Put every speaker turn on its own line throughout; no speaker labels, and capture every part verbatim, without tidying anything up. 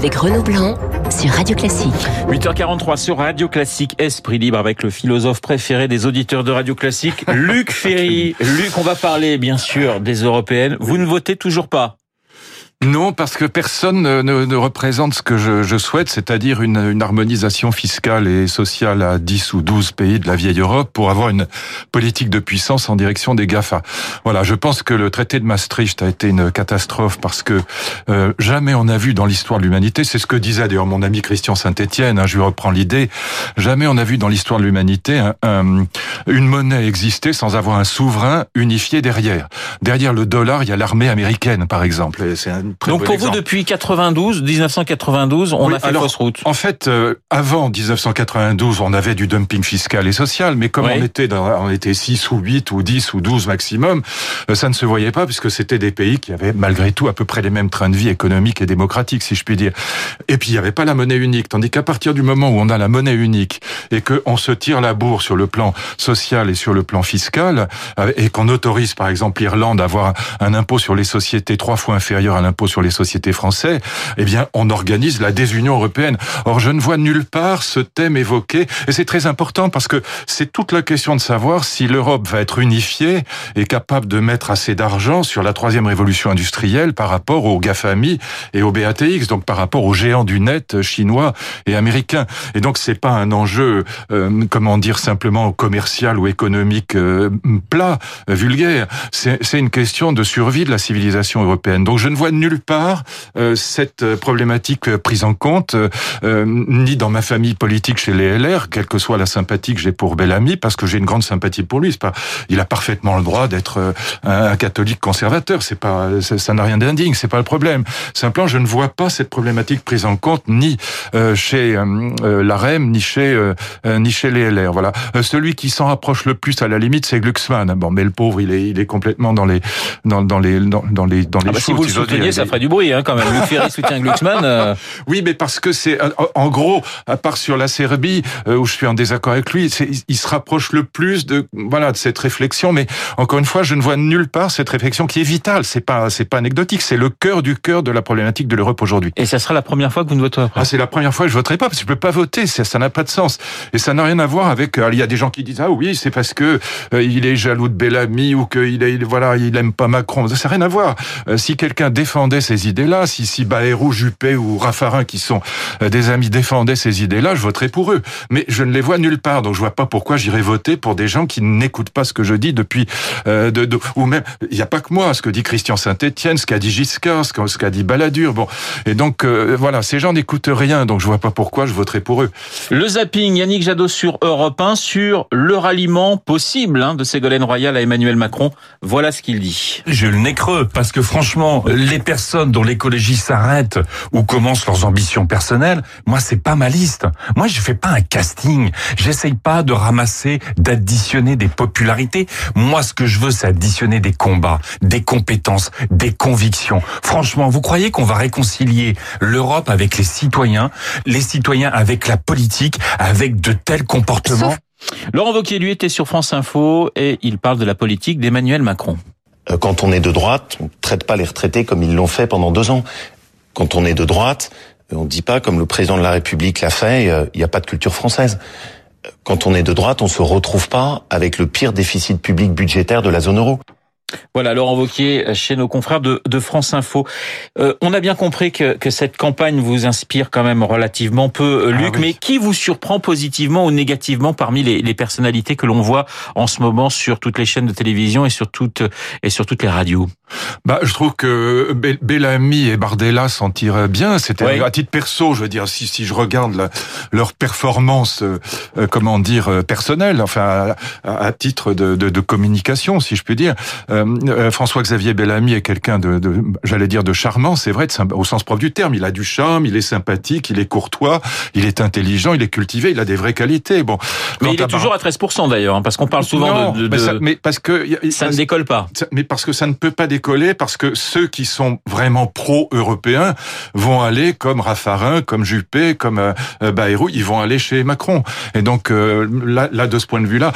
avec Renaud Blanc sur Radio Classique.
huit heures quarante-trois sur Radio Classique, Esprit Libre avec le philosophe préféré des auditeurs de Radio Classique, Luc Ferry. Luc, on va parler bien sûr des européennes. Vous ne votez toujours pas ?
Non, parce que personne ne, ne représente ce que je, je souhaite, c'est-à-dire une, une harmonisation fiscale et sociale à dix ou douze pays de la vieille Europe pour avoir une politique de puissance en direction des GAFA. Voilà, je pense que le traité de Maastricht a été une catastrophe parce que euh, jamais on a vu dans l'histoire de l'humanité, c'est ce que disait d'ailleurs mon ami Christian Saint-Étienne, hein, je lui reprends l'idée, jamais on a vu dans l'histoire de l'humanité un, un, une monnaie exister sans avoir un souverain unifié derrière. Derrière le dollar, il y a l'armée américaine, par exemple. Et c'est un
Donc pour vous, depuis quatre-vingt-douze, dix-neuf cent quatre-vingt-douze, on oui, a fait alors, fausse route.
En fait, euh, avant dix-neuf cent quatre-vingt-douze, on avait du dumping fiscal et social, mais comme oui. on était dans, on était six ou huit ou dix ou douze maximum, euh, ça ne se voyait pas puisque c'était des pays qui avaient malgré tout à peu près les mêmes trains de vie économiques et démocratiques, si je puis dire. Et puis il n'y avait pas la monnaie unique, tandis qu'à partir du moment où on a la monnaie unique et qu'on se tire la bourre sur le plan social et sur le plan fiscal, euh, et qu'on autorise par exemple l'Irlande à avoir un impôt sur les sociétés trois fois inférieur à l'impôt sur les sociétés françaises, eh bien, on organise la désunion européenne. Or, je ne vois nulle part ce thème évoqué, et c'est très important parce que c'est toute la question de savoir si l'Europe va être unifiée et capable de mettre assez d'argent sur la troisième révolution industrielle par rapport aux GAFAMI et aux B A T X, donc par rapport aux géants du net chinois et américains. Et donc, c'est pas un enjeu, euh, comment dire, simplement commercial ou économique euh, plat, euh, vulgaire. C'est, c'est une question de survie de la civilisation européenne. Donc, je ne vois nulle part euh, cette problématique prise en compte, euh, ni dans ma famille politique chez les L R, quelle que soit la sympathie que j'ai pour Bellamy, parce que j'ai une grande sympathie pour lui. C'est pas, il a parfaitement le droit d'être euh, un, un catholique conservateur. C'est pas, ça, ça n'a rien d'indigne. C'est pas le problème. Simplement, je ne vois pas cette problématique prise en compte ni euh, chez euh, l'A R E M, ni chez euh, ni chez les L R. Voilà. Euh, celui qui s'en rapproche le plus à la limite, c'est Glucksmann. Bon, mais le pauvre, il est, il est complètement dans les, dans, dans les, dans, dans les, dans les.
Ah bah si vous le souteniez, ça ferait du bruit, hein, quand même. Luc Ferry soutient Glucksmann. Euh...
Oui, mais parce que c'est, en gros, à part sur la Serbie, où je suis en désaccord avec lui, c'est, il se rapproche le plus de, voilà, de cette réflexion. Mais encore une fois, je ne vois nulle part cette réflexion qui est vitale. C'est pas, c'est pas anecdotique. C'est le cœur du cœur de la problématique de l'Europe aujourd'hui.
Et ça sera la première fois que vous ne voterez pas.
Ah, c'est la première fois que je voterai pas parce que je peux pas voter. Ça, ça n'a pas de sens. Et ça n'a rien à voir avec. Alors, il y a des gens qui disent ah oui, c'est parce que euh, il est jaloux de Bellamy ou qu'il est, voilà, il aime pas Macron. Ça n'a rien à voir. Euh, si quelqu'un défendait ces idées-là, si si Bayrou, Juppé ou Raffarin, qui sont euh, des amis, défendaient ces idées-là, je voterais pour eux. Mais je ne les vois nulle part. Donc je vois pas pourquoi j'irais voter pour des gens qui n'écoutent pas ce que je dis depuis. Euh, de, de, ou même, il n'y a pas que moi. Ce que dit Christian Saint-Étienne, ce qu'a dit Giscard, ce qu'a, ce qu'a dit Balladur. Bon, et donc euh, voilà, ces gens n'écoutent rien. Donc je vois pas pourquoi je voterais pour eux.
Le zapping, Yannick Jadot sur Europe un, sur le ralliement possible hein, de Ségolène Royal à Emmanuel Macron. Voilà ce qu'il dit.
J'ai le nez creux parce que franchement, les personnes dont l'écologie s'arrête ou commencent leurs ambitions personnelles, moi c'est pas ma liste. Moi je fais pas un casting. J'essaye pas de ramasser, d'additionner des popularités. Moi ce que je veux c'est additionner des combats, des compétences, des convictions. Franchement, vous croyez qu'on va réconcilier l'Europe avec les citoyens, les citoyens avec la politique, avec de tels comportements?
Sauf... Laurent Wauquiez, lui, était sur France Info et il parle de la politique d'Emmanuel Macron.
Quand on est de droite, on ne traite pas les retraités comme ils l'ont fait pendant deux ans. Quand on est de droite, on ne dit pas, comme le président de la République l'a fait, il n'y a pas de culture française. Quand on est de droite, on ne se retrouve pas avec le pire déficit public budgétaire de la zone euro.
Voilà, Laurent Wauquiez chez nos confrères de, de France Info. Euh, on a bien compris que, que cette campagne vous inspire quand même relativement peu, Luc, ah oui. Mais qui vous surprend positivement ou négativement parmi les, les personnalités que l'on voit en ce moment sur toutes les chaînes de télévision et sur toutes, et sur toutes les radios?
Bah, je trouve que Bellamy et Bardella s'en tirent bien. C'était oui. À titre perso, je veux dire, si, si je regarde la, leur performance, euh, comment dire, personnelle, enfin, à, à titre de, de, de communication, si je puis dire, Euh, François-Xavier Bellamy est quelqu'un de, de, j'allais dire, de charmant, c'est vrai, de, au sens propre du terme. Il a du charme, il est sympathique, il est courtois, il est intelligent, il est cultivé, il a des vraies qualités. Bon,
mais il est toujours à treize pour cent d'ailleurs, hein, parce qu'on parle souvent non, de, de,
mais, ça, mais parce que
ça parce, ne décolle pas.
Mais parce que ça ne peut pas décoller, parce que ceux qui sont vraiment pro-européens vont aller comme Raffarin, comme Juppé, comme euh, Bayrou, ils vont aller chez Macron. Et donc euh, là, là, de ce point de vue-là, mais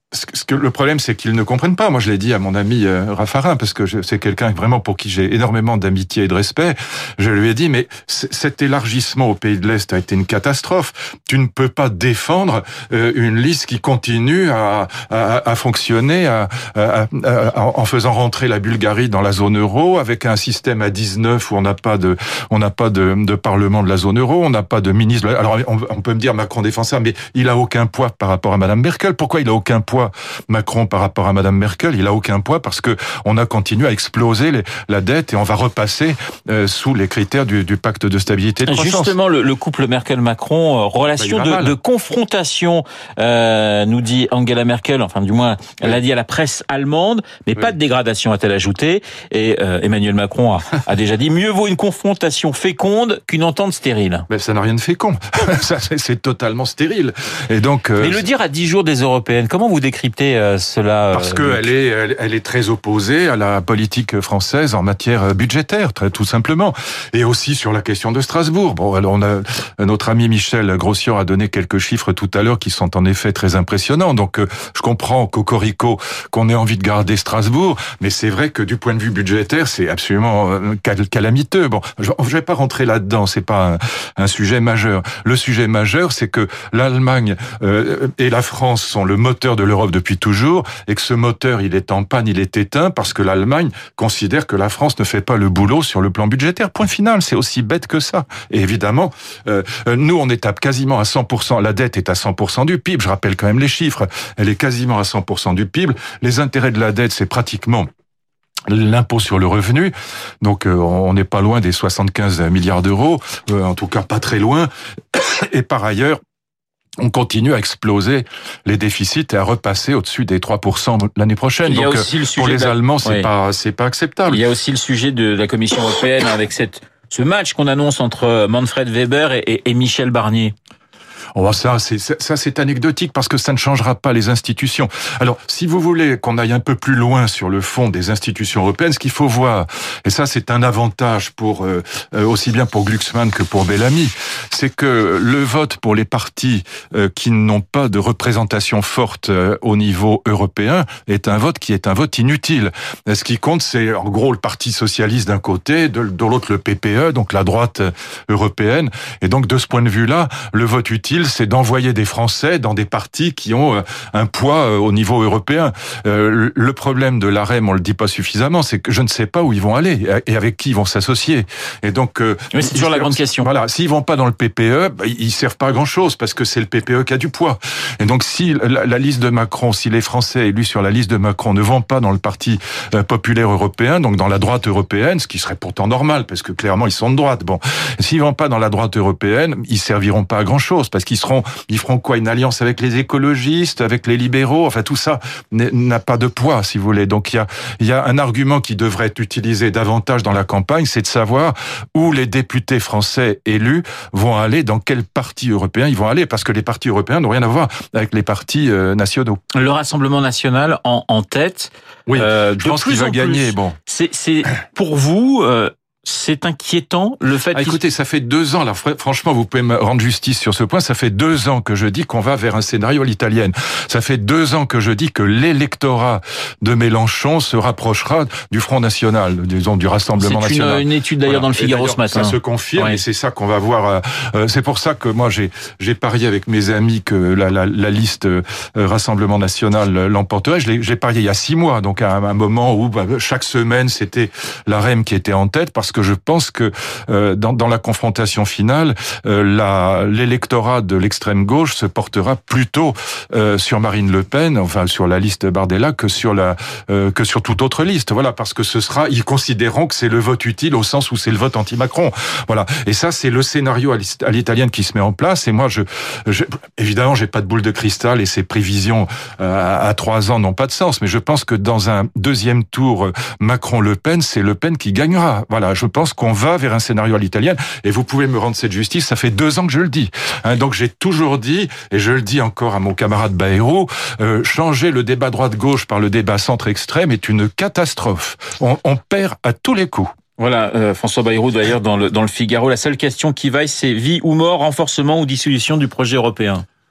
Ce que le problème, c'est qu'ils ne comprennent pas. Moi, je l'ai dit à mon ami euh, Raffarin, parce que je, c'est quelqu'un vraiment pour qui j'ai énormément d'amitié et de respect. Je lui ai dit, mais c- cet élargissement au pays de l'Est a été une catastrophe. Tu ne peux pas défendre euh, une liste qui continue à, à, à fonctionner à, à, à, en faisant rentrer la Bulgarie dans la zone euro, avec un système à dix-neuf où on n'a pas de, on n'a pas de, de parlement de la zone euro, on n'a pas de ministre. Alors, on, on peut me dire Macron défend ça, mais il a aucun poids par rapport à Madame Merkel. Pourquoi il a aucun poids? Macron par rapport à Madame Merkel, il a aucun poids parce que on a continué à exploser les, la dette et on va repasser euh, sous les critères du, du pacte de stabilité et de croissance.
Justement, le, le couple Merkel-Macron, euh, relation bah, de, de confrontation, euh, nous dit Angela Merkel, enfin du moins, elle l'a dit à la presse allemande, mais oui. Pas de dégradation, a-t-elle ajouté. Et euh, Emmanuel Macron a, a déjà dit, mieux vaut une confrontation féconde qu'une entente stérile.
Mais ça n'a rien de fécond. Ça, c'est, c'est totalement stérile. Et donc, euh,
mais le dire à dix jours des européennes, comment vous décryptez euh, cela?
Parce euh, qu'elle est, elle, elle est très opposée à la politique française en matière budgétaire, très tout simplement, et aussi sur la question de Strasbourg. Bon, alors on a notre ami Michel Grossian a donné quelques chiffres tout à l'heure qui sont en effet très impressionnants. Donc, euh, je comprends cocorico qu'on ait envie de garder Strasbourg, mais c'est vrai que du point de vue budgétaire, c'est absolument euh, calamiteux. Bon, je, je vais pas rentrer là-dedans, c'est pas un, un sujet majeur. Le sujet majeur, c'est que l'Allemagne euh, et la France sont le moteur de l'Europe depuis toujours, et que ce moteur, il est en panne, il est éteint, parce que l'Allemagne considère que la France ne fait pas le boulot sur le plan budgétaire. Point final, c'est aussi bête que ça. Et évidemment, euh, nous, on est à quasiment à cent pour cent, la dette est à cent pour cent du P I B, je rappelle quand même les chiffres, elle est quasiment à cent pour cent du P I B, les intérêts de la dette, c'est pratiquement l'impôt sur le revenu, donc euh, on n'est pas loin des soixante-quinze milliards d'euros, euh, en tout cas pas très loin, et par ailleurs, on continue à exploser les déficits et à repasser au-dessus des trois pour cent l'année prochaine.
Il y a
Donc,
aussi le sujet
pour les
la...
Allemands, c'est
oui.
pas, c'est pas acceptable.
Il y a aussi le sujet de la Commission européenne avec cette, ce match qu'on annonce entre Manfred Weber et, et, et Michel Barnier.
Oh, ça, c'est, ça, c'est anecdotique parce que ça ne changera pas les institutions. Alors, si vous voulez qu'on aille un peu plus loin sur le fond des institutions européennes, ce qu'il faut voir, et ça, c'est un avantage pour euh, aussi bien pour Glucksmann que pour Bellamy, c'est que le vote pour les partis euh, qui n'ont pas de représentation forte euh, au niveau européen est un vote qui est un vote inutile. Ce qui compte, c'est en gros le Parti socialiste d'un côté, de, de l'autre le P P E, donc la droite européenne. Et donc, de ce point de vue-là, le vote utile, c'est d'envoyer des Français dans des partis qui ont un poids au niveau européen. Euh, le problème de l'A R E M, on le dit pas suffisamment, c'est que je ne sais pas où ils vont aller et avec qui ils vont s'associer. Et donc, euh,
mais c'est toujours la grande question.
Voilà, s'ils vont pas dans le P P E, bah, ils servent pas à grand chose parce que c'est le P P E qui a du poids. Et donc, si la, la liste de Macron, si les Français élus sur la liste de Macron ne vont pas dans le Parti euh, populaire européen, donc dans la droite européenne, ce qui serait pourtant normal parce que clairement ils sont de droite. Bon, s'ils vont pas dans la droite européenne, ils serviront pas à grand chose parce qu'ils seront, ils feront quoi? Une alliance avec les écologistes, avec les libéraux, enfin tout ça n'a pas de poids, si vous voulez. Donc il y a, il y a un argument qui devrait être utilisé davantage dans la campagne, c'est de savoir où les députés français élus vont aller, dans quel parti européen ils vont aller, parce que les partis européens n'ont rien à voir avec les partis euh, nationaux.
Le Rassemblement national en, en tête.
Oui, euh, je pense qu'il va gagner. Bon,
c'est, c'est pour vous. Euh, C'est inquiétant le fait.
Ah, écoutez, ça fait deux ans là. Franchement, vous pouvez me rendre justice sur ce point. Ça fait deux ans que je dis qu'on va vers un scénario à l'italienne. Ça fait deux ans que je dis que l'électorat de Mélenchon se rapprochera du Front National, disons du Rassemblement
c'est
National.
C'est une, une étude d'ailleurs voilà. dans le Figaro ce matin.
Ça se confirme ouais. et c'est ça qu'on va voir. Euh, c'est pour ça que moi j'ai j'ai parié avec mes amis que la la, la liste euh, Rassemblement National l'emporterait. Je l'ai j'ai parié il y a six mois, donc à un moment où bah, chaque semaine c'était l'A R E M qui était en tête parce que que je pense que euh, dans, dans la confrontation finale, euh, la, l'électorat de l'extrême gauche se portera plutôt euh, sur Marine Le Pen, enfin sur la liste Bardella, que sur la euh, que sur toute autre liste. Voilà, parce que ce sera, ils considéreront que c'est le vote utile au sens où c'est le vote anti-Macron. Voilà, et ça c'est le scénario à l'italienne qui se met en place. Et moi, je, je évidemment, j'ai pas de boule de cristal et ces prévisions euh, à trois ans n'ont pas de sens. Mais je pense que dans un deuxième tour Macron-Le Pen, c'est Le Pen qui gagnera. Voilà, je Je pense qu'on va vers un scénario à l'italienne et vous pouvez me rendre cette justice, ça fait deux ans que je le dis. Hein, donc j'ai toujours dit, et je le dis encore à mon camarade Bayrou, euh, changer le débat droite-gauche par le débat centre-extrême est une catastrophe. On, on perd à tous les coups.
Voilà, euh, François Bayrou d'ailleurs dans le, dans le Figaro, la seule question qui vaille c'est vie ou mort, renforcement ou dissolution du projet européen.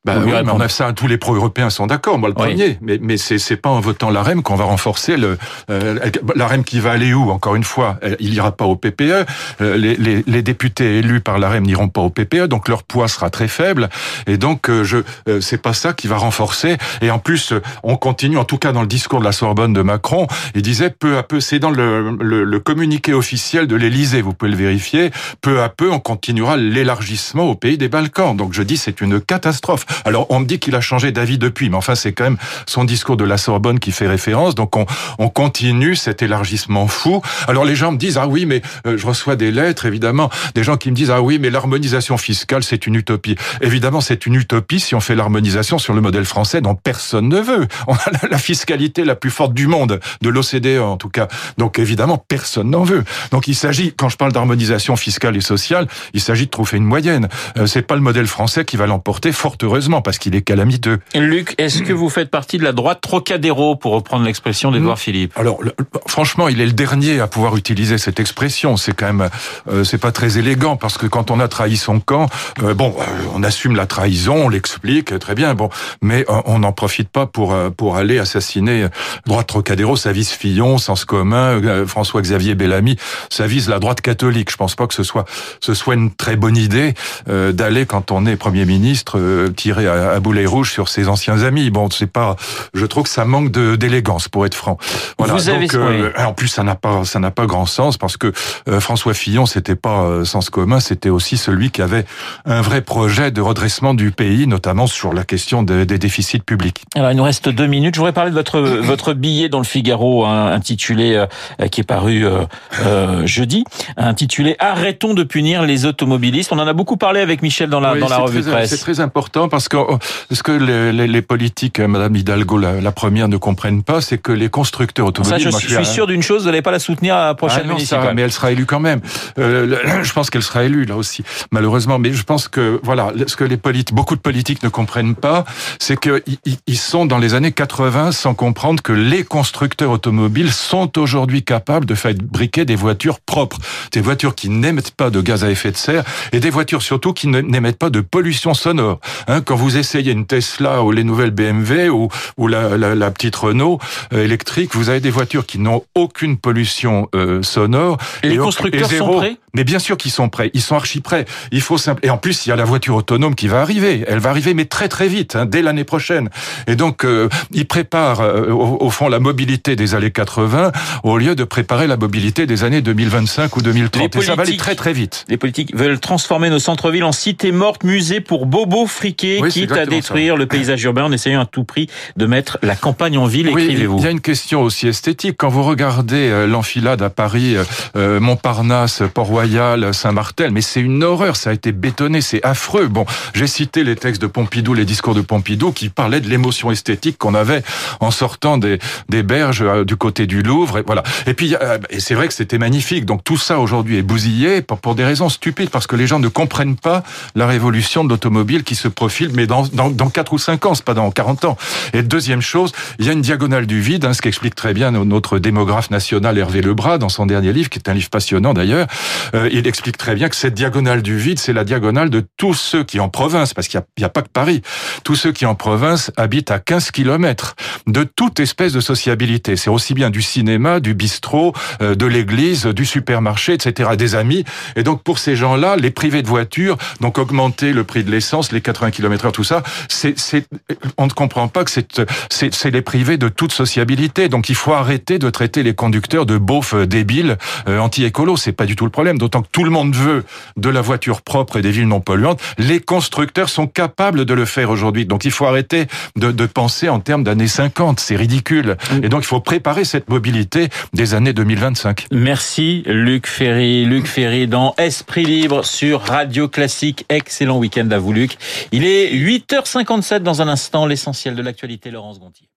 Bah oui, mais on a ça, tous les pro-européens sont d'accord, moi le oui. premier. Mais, mais c'est, c'est pas en votant l'AREM qu'on va renforcer le, euh, l'AREM qui va aller où, encore une fois? Il ira pas au P P E. Les, les, les députés élus par l'AREM n'iront pas au P P E, donc leur poids sera très faible. Et donc, euh, je, euh, c'est pas ça qui va renforcer. Et en plus, on continue, en tout cas dans le discours de la Sorbonne de Macron, il disait peu à peu, c'est dans le, le, le communiqué officiel de l'Élysée, vous pouvez le vérifier, peu à peu, on continuera l'élargissement au pays des Balkans. Donc je dis, c'est une catastrophe. Alors, on me dit qu'il a changé d'avis depuis, mais enfin, c'est quand même son discours de la Sorbonne qui fait référence. Donc, on, on continue cet élargissement fou. Alors, les gens me disent, ah oui, mais euh, je reçois des lettres, évidemment, des gens qui me disent, ah oui, mais l'harmonisation fiscale, c'est une utopie. Évidemment, c'est une utopie si on fait l'harmonisation sur le modèle français dont personne ne veut. On a la fiscalité la plus forte du monde, de l'O C D E en tout cas. Donc, évidemment, personne n'en veut. Donc, il s'agit, quand je parle d'harmonisation fiscale et sociale, il s'agit de trouver une moyenne. Euh, c'est pas le modèle français qui va l'emporter, fort heureusement, parce qu'il est calamiteux.
Luc, est-ce que vous faites partie de la droite Trocadéro, pour reprendre l'expression d'Édouard Philippe?
Alors, le, franchement, il est le dernier à pouvoir utiliser cette expression. C'est quand même, euh, c'est pas très élégant, parce que quand on a trahi son camp, euh, bon, euh, on assume la trahison, on l'explique, très bien, bon, mais euh, on n'en profite pas pour euh, pour aller assassiner droite Trocadéro. Ça vise Fillon, Sens commun, euh, François-Xavier Bellamy, ça vise la droite catholique. Je pense pas que ce soit ce soit une très bonne idée euh, d'aller, quand on est Premier ministre, euh, tirer à, à boulet rouge sur ses anciens amis. Bon, c'est pas. Je trouve que ça manque de d'élégance, pour être franc. Voilà.
Vous avez
Donc, euh, en plus, ça n'a pas ça n'a pas grand sens, parce que euh, François Fillon, c'était pas euh, Sens commun, c'était aussi celui qui avait un vrai projet de redressement du pays, notamment sur la question de, des déficits publics.
Alors, il nous reste deux minutes. Je voudrais parler de votre votre billet dans le Figaro, hein, intitulé euh, qui est paru euh, euh, jeudi, intitulé "Arrêtons de punir les automobilistes". On en a beaucoup parlé avec Michel dans la oui, dans la revue
très,
presse.
C'est très important, parce que ce que les, les, les politiques, Madame Hidalgo, la, la première, ne comprennent pas, c'est que les constructeurs automobiles...
Ça, je, je suis à... sûr d'une chose, vous n'allez pas la soutenir à la prochaine ah non, municipale.
Ça, mais elle sera élue quand même. Euh, je pense qu'elle sera élue, là aussi, malheureusement. Mais je pense que, voilà, ce que les politiques, beaucoup de politiques ne comprennent pas, c'est qu'ils ils sont dans les années quatre-vingts sans comprendre que les constructeurs automobiles sont aujourd'hui capables de fabriquer des voitures propres, des voitures qui n'émettent pas de gaz à effet de serre, et des voitures surtout qui n'émettent pas de pollution sonore. Hein, quand vous essayez une Tesla ou les nouvelles B M W ou, ou la, la, la petite Renault euh, électrique, vous avez des voitures qui n'ont aucune pollution euh, sonore.
Et, et les constructeurs et zéro, sont prêts?
Mais bien sûr qu'ils sont prêts. Ils sont archi prêts. Il faut simple... Et en plus, il y a la voiture autonome qui va arriver. Elle va arriver, mais très très vite, hein, dès l'année prochaine. Et donc, euh, ils préparent euh, au, au fond la mobilité des années quatre-vingts au lieu de préparer la mobilité des années deux mille vingt-cinq ou deux mille trente. Et ça va aller très très vite.
Les politiques veulent transformer nos centres-villes en cités mortes, musées pour bobos friqués, oui, quitte à détruire ça. Le paysage urbain en essayant à tout prix de mettre la campagne en ville.
Oui,
écrivez-vous.
Il y a une question aussi esthétique. Quand vous regardez euh, l'enfilade à Paris, euh, Montparnasse, Port-Royal, Saint-Martel, mais c'est une horreur, ça a été bétonné, c'est affreux. Bon, j'ai cité les textes de Pompidou, les discours de Pompidou, qui parlaient de l'émotion esthétique qu'on avait en sortant des, des berges euh, du côté du Louvre, et voilà. Et puis, euh, et c'est vrai que c'était magnifique. Donc tout ça aujourd'hui est bousillé pour, pour des raisons stupides, parce que les gens ne comprennent pas la révolution de l'automobile qui se profile, mais dans, dans, dans quatre ou cinq ans, c'est pas dans quarante ans. Et deuxième chose, il y a une diagonale du vide, hein, ce qu'explique très bien notre démographe national Hervé Lebras dans son dernier livre, qui est un livre passionnant d'ailleurs. Euh, il explique très bien que cette diagonale du vide, c'est la diagonale de tous ceux qui en province, parce qu'il n'y a, a pas que Paris, tous ceux qui en province habitent à quinze kilomètres de toute espèce de sociabilité. C'est aussi bien du cinéma, du bistrot, euh, de l'église, du supermarché, et cetera, des amis. Et donc pour ces gens-là, les privés de voiture, donc augmenter le prix de l'essence, les quatre-vingts kilomètres heure, tout ça, c'est, c'est, on ne comprend pas que c'est, c'est, c'est les privés de toute sociabilité. Donc il faut arrêter de traiter les conducteurs de beaufs débiles, euh, anti-écolos. C'est pas du tout le problème. D'autant que tout le monde veut de la voiture propre et des villes non polluantes. Les constructeurs sont capables de le faire aujourd'hui. Donc il faut arrêter de, de penser en termes d'années cinquante. C'est ridicule. Et donc il faut préparer cette mobilité des années deux mille vingt-cinq.
Merci Luc Ferry. Luc Ferry dans Esprit Libre sur Radio Classique. Excellent week-end à vous Luc. Il est huit heures cinquante-sept dans un instant. L'essentiel de l'actualité, Laurence Gontier.